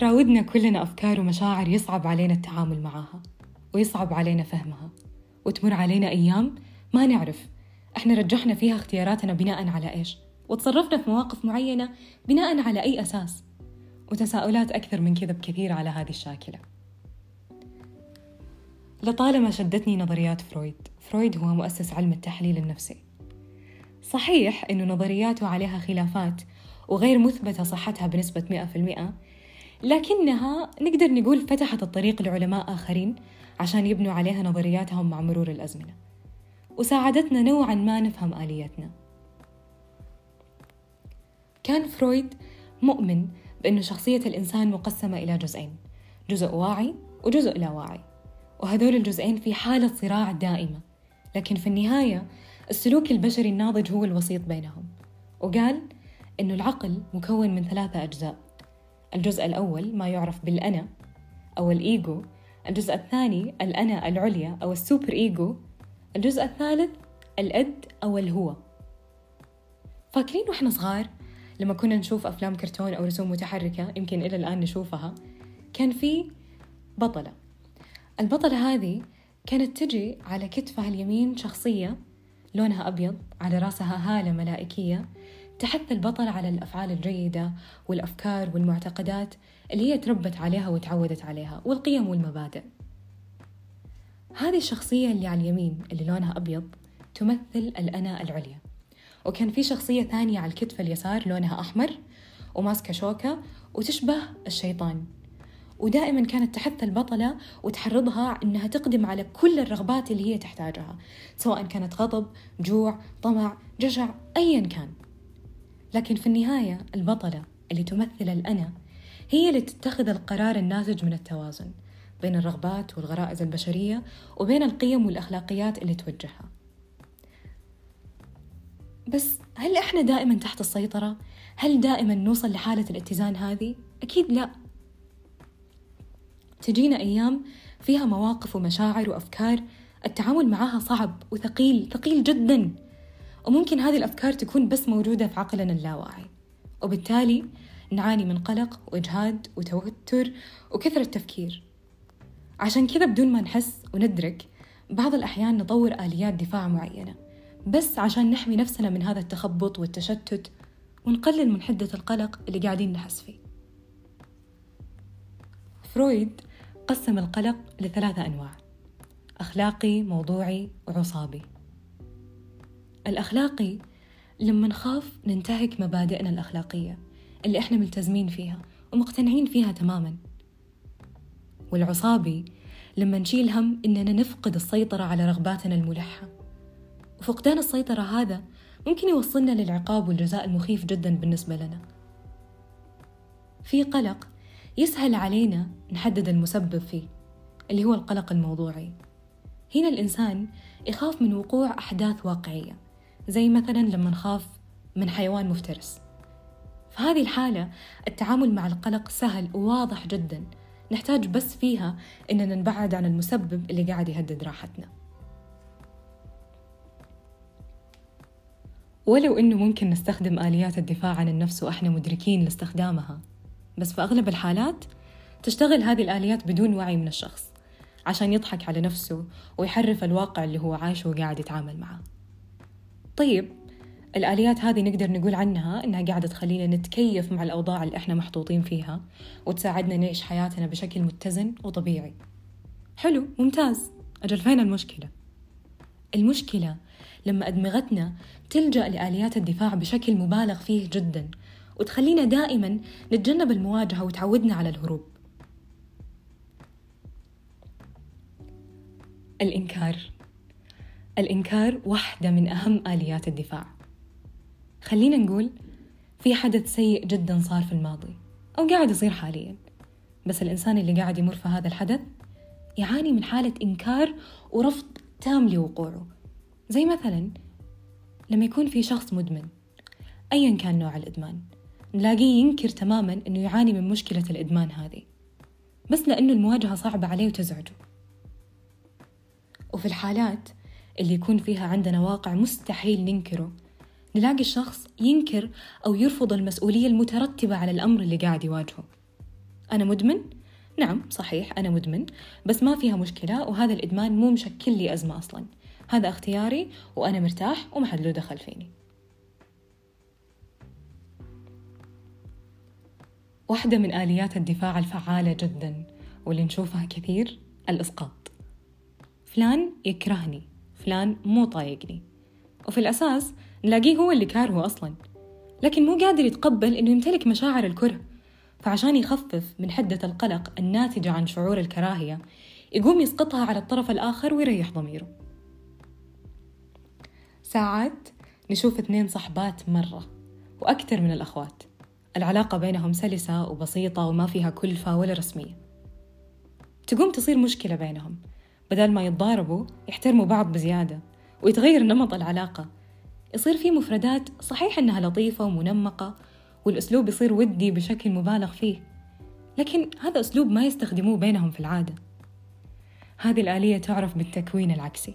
تراودنا كلنا أفكار ومشاعر يصعب علينا التعامل معها ويصعب علينا فهمها، وتمر علينا أيام ما نعرف إحنا رجحنا فيها اختياراتنا بناء على إيش، وتصرفنا في مواقف معينة بناء على أي أساس، وتساؤلات أكثر من كذا بكثير على هذه الشاكلة. لطالما شدتني نظريات فرويد هو مؤسس علم التحليل النفسي. صحيح إنه نظرياته عليها خلافات وغير مثبتة صحتها بنسبة 100%، لكنها نقدر نقول فتحت الطريق لعلماء آخرين عشان يبنوا عليها نظرياتهم مع مرور الأزمنة، وساعدتنا نوعاً ما نفهم آليتنا. كان فرويد مؤمن بأن شخصية الإنسان مقسمة إلى جزئين، جزء واعي وجزء لا واعي، وهذول الجزئين في حالة صراع دائمة، لكن في النهاية السلوك البشري الناضج هو الوسيط بينهم. وقال إنه العقل مكون من 3 أجزاء: الجزء الأول ما يعرف بالأنا أو الإيجو، الجزء الثاني الأنا العليا أو السوبر إيجو، الجزء الثالث الأد أو الهو. فاكرين وإحنا صغار لما كنا نشوف أفلام كرتون أو رسوم متحركة، يمكن إلى الآن نشوفها، كان في بطلة. البطلة هذه كانت تجي على كتفها اليمين شخصية لونها أبيض، على رأسها هالة ملائكية تحث البطل على الأفعال الجيدة والأفكار والمعتقدات اللي هي تربت عليها وتعودت عليها، والقيم والمبادئ. هذه الشخصية اللي على اليمين اللي لونها أبيض تمثل الأنا العليا، وكان في شخصية ثانية على الكتف اليسار لونها أحمر وماسكة شوكة وتشبه الشيطان، ودائما كانت تحث البطلة وتحرضها إنها تقدم على كل الرغبات اللي هي تحتاجها، سواء كانت غضب، جوع، طمع، جشع، أيا كان. لكن في النهاية البطلة اللي تمثل الأنا هي اللي تتخذ القرار الناتج من التوازن بين الرغبات والغرائز البشرية وبين القيم والأخلاقيات اللي توجهها. بس هل إحنا دائما تحت السيطرة؟ هل دائما نوصل لحالة الاتزان هذه؟ أكيد لا. تجينا أيام فيها مواقف ومشاعر وأفكار التعامل معها صعب ثقيل جدا، وممكن هذه الأفكار تكون بس موجودة في عقلنا اللاواعي، وبالتالي نعاني من قلق وإجهاد وتوتر وكثرة تفكير. عشان كذا بدون ما نحس وندرك بعض الأحيان نطور آليات دفاع معينة بس عشان نحمي نفسنا من هذا التخبط والتشتت ونقلل من حدة القلق اللي قاعدين نحس فيه. فرويد قسم القلق ل3 أنواع: أخلاقي، موضوعي، وعصابي. الأخلاقي لما نخاف ننتهك مبادئنا الأخلاقية اللي إحنا ملتزمين فيها ومقتنعين فيها تماماً. والعصابي لما نشيل هم إننا نفقد السيطرة على رغباتنا الملحة، وفقدان السيطرة هذا ممكن يوصلنا للعقاب والجزاء المخيف جداً بالنسبة لنا. في قلق يسهل علينا نحدد المسبب فيه اللي هو القلق الموضوعي. هنا الإنسان يخاف من وقوع أحداث واقعية، زي مثلا لما نخاف من حيوان مفترس. في هذه الحالة التعامل مع القلق سهل وواضح جدا، نحتاج بس فيها إننا نبعد عن المسبب اللي قاعد يهدد راحتنا. ولو إنه ممكن نستخدم آليات الدفاع عن النفس وإحنا مدركين لاستخدامها، بس في أغلب الحالات تشتغل هذه الآليات بدون وعي من الشخص عشان يضحك على نفسه ويحرف الواقع اللي هو عايشه وقاعد يتعامل معه. طيب الآليات هذه نقدر نقول عنها إنها قاعدة تخلينا نتكيف مع الأوضاع اللي إحنا محطوطين فيها وتساعدنا نعيش حياتنا بشكل متزن وطبيعي. حلو، ممتاز. أجل فين المشكلة؟ المشكلة لما أدمغتنا تلجأ لآليات الدفاع بشكل مبالغ فيه جدا وتخلينا دائما نتجنب المواجهة وتعودنا على الهروب. الإنكار واحدة من أهم آليات الدفاع. خلينا نقول في حدث سيء جدا صار في الماضي أو قاعد يصير حاليا، بس الإنسان اللي قاعد يمر في هذا الحدث يعاني من حالة إنكار ورفض تام لوقوعه. زي مثلا لما يكون في شخص مدمن أيا كان نوع الإدمان، نلاقيه ينكر تماما أنه يعاني من مشكلة الإدمان هذه بس لأنه المواجهة صعبة عليه وتزعجه. وفي الحالات اللي يكون فيها عندنا واقع مستحيل ننكره، نلاقي الشخص ينكر أو يرفض المسؤولية المترتبة على الأمر اللي قاعد يواجهه، أنا مدمن؟ نعم صحيح أنا مدمن، بس ما فيها مشكلة، وهذا الإدمان مو مشكل لي أزمة أصلاً. هذا اختياري وأنا مرتاح وما حد له دخل فيني. واحدة من آليات الدفاع الفعالة جداً واللي نشوفها كثير الإسقاط. فلان يكرهني، فلان مو طايقني، وفي الأساس نلاقيه هو اللي كارهه أصلاً، لكن مو قادر يتقبل إنه يمتلك مشاعر الكره. فعشان يخفف من حدة القلق الناتجة عن شعور الكراهية يقوم يسقطها على الطرف الآخر ويريح ضميره. ساعات نشوف 2 صحبات مرة وأكثر من الأخوات، العلاقة بينهم سلسة وبسيطة وما فيها كلفة ولا رسمية. تقوم تصير مشكلة بينهم، بدل ما يتضاربوا يحترموا بعض بزيادة ويتغير نمط العلاقة. يصير في مفردات صحيح أنها لطيفة ومنمقة والأسلوب يصير ودي بشكل مبالغ فيه، لكن هذا أسلوب ما يستخدموه بينهم في العادة. هذه الآلية تعرف بالتكوين العكسي.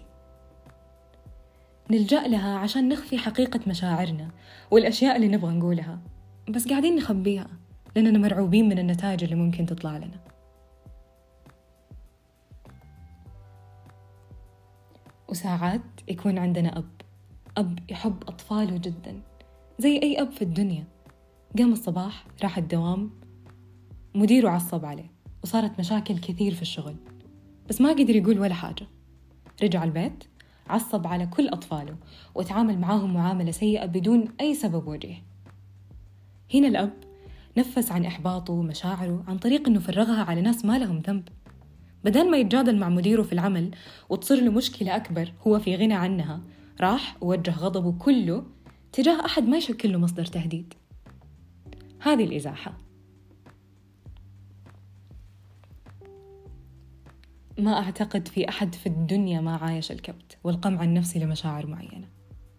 نلجأ لها عشان نخفي حقيقة مشاعرنا والأشياء اللي نبغى نقولها، بس قاعدين نخبيها لأننا مرعوبين من النتائج اللي ممكن تطلع لنا. وساعات يكون عندنا أب يحب أطفاله جدا زي أي أب في الدنيا. قام الصباح راح الدوام، مديره عصب عليه وصارت مشاكل كثير في الشغل، بس ما قدر يقول ولا حاجة. رجع البيت عصب على كل أطفاله وتعامل معاهم معاملة سيئة بدون أي سبب وجيه. هنا الأب نفس عن إحباطه ومشاعره عن طريق أنه فرغها على ناس ما لهم ذنب. بدل ما يتجادل مع مديره في العمل وتصير له مشكلة أكبر هو في غنى عنها، راح ووجه غضبه كله تجاه أحد ما يشكل له مصدر تهديد. هذه الإزاحة. ما أعتقد في أحد في الدنيا ما عايش الكبت والقمع النفسي لمشاعر معينة.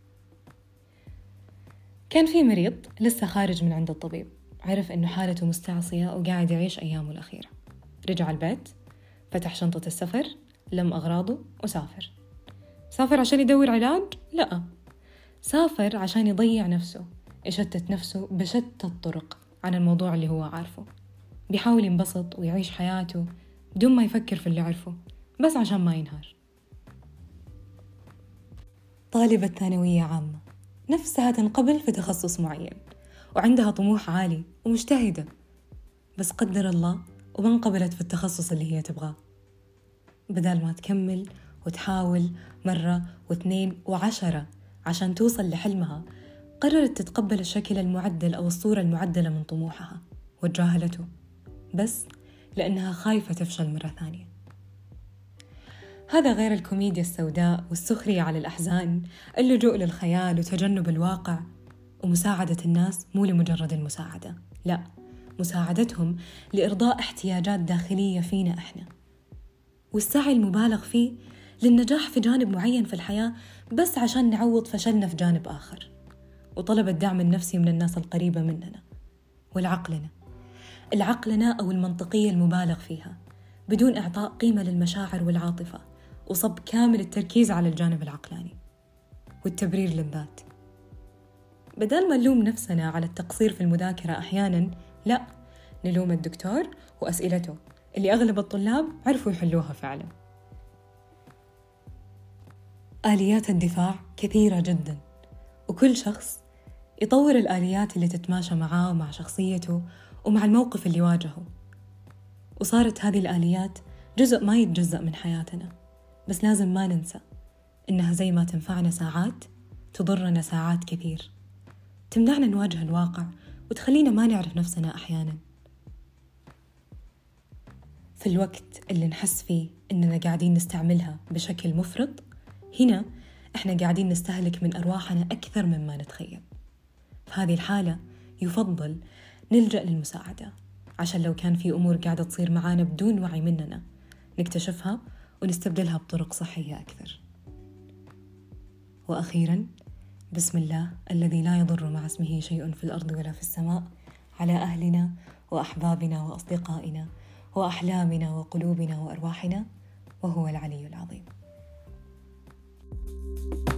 كان في مريض لسه خارج من عند الطبيب، عرف إنه حالته مستعصية وقاعد يعيش أيامه الأخيرة. رجع البيت، فتح شنطة السفر، لم أغراضه وسافر. سافر عشان يدور علاج؟ لا، سافر عشان يضيع نفسه، يشتت نفسه بشتى الطرق عن الموضوع اللي هو عارفه. بيحاول ينبسط ويعيش حياته بدون ما يفكر في اللي عرفه، بس عشان ما ينهار. طالبة ثانوية عامة نفسها تنقبل في تخصص معين وعندها طموح عالي ومجتهدة، بس قدر الله وما انقبلت في التخصص اللي هي تبغاه. بدل ما تكمل وتحاول مرة واثنين وعشرة عشان توصل لحلمها، قررت تتقبل الشكل المعدل أو الصورة المعدلة من طموحها وتجاهلته بس لأنها خايفة تفشل مرة ثانية. هذا غير الكوميديا السوداء والسخرية على الأحزان، اللجوء للخيال وتجنب الواقع، ومساعدة الناس مو لمجرد المساعدة، لا، مساعدتهم لإرضاء احتياجات داخلية فينا إحنا، والسعي المبالغ فيه للنجاح في جانب معين في الحياة بس عشان نعوض فشلنا في جانب آخر، وطلب الدعم النفسي من الناس القريبة مننا. العقلنة أو المنطقية المبالغ فيها بدون إعطاء قيمة للمشاعر والعاطفة، وصب كامل التركيز على الجانب العقلاني والتبرير للذات. بدل ما نلوم نفسنا على التقصير في المذاكرة أحياناً، لا، نلوم الدكتور وأسئلته اللي أغلب الطلاب عرفوا يحلوها فعلاً. آليات الدفاع كثيرة جداً، وكل شخص يطور الآليات اللي تتماشى معاه ومع شخصيته ومع الموقف اللي واجهه. وصارت هذه الآليات جزء ما يتجزأ من حياتنا، بس لازم ما ننسى إنها زي ما تنفعنا ساعات تضرنا ساعات كثير، تمنعنا نواجه الواقع وتخلينا ما نعرف نفسنا أحياناً. في الوقت اللي نحس فيه إننا قاعدين نستعملها بشكل مفرط، هنا إحنا قاعدين نستهلك من أرواحنا أكثر مما نتخيل. في هذه الحالة يفضل نلجأ للمساعدة، عشان لو كان في أمور قاعدة تصير معانا بدون وعي مننا نكتشفها ونستبدلها بطرق صحية أكثر. وأخيراً، بسم الله الذي لا يضر مع اسمه شيء في الأرض ولا في السماء، على أهلنا وأحبابنا وأصدقائنا وأحلامنا وقلوبنا وأرواحنا، وهو العلي العظيم.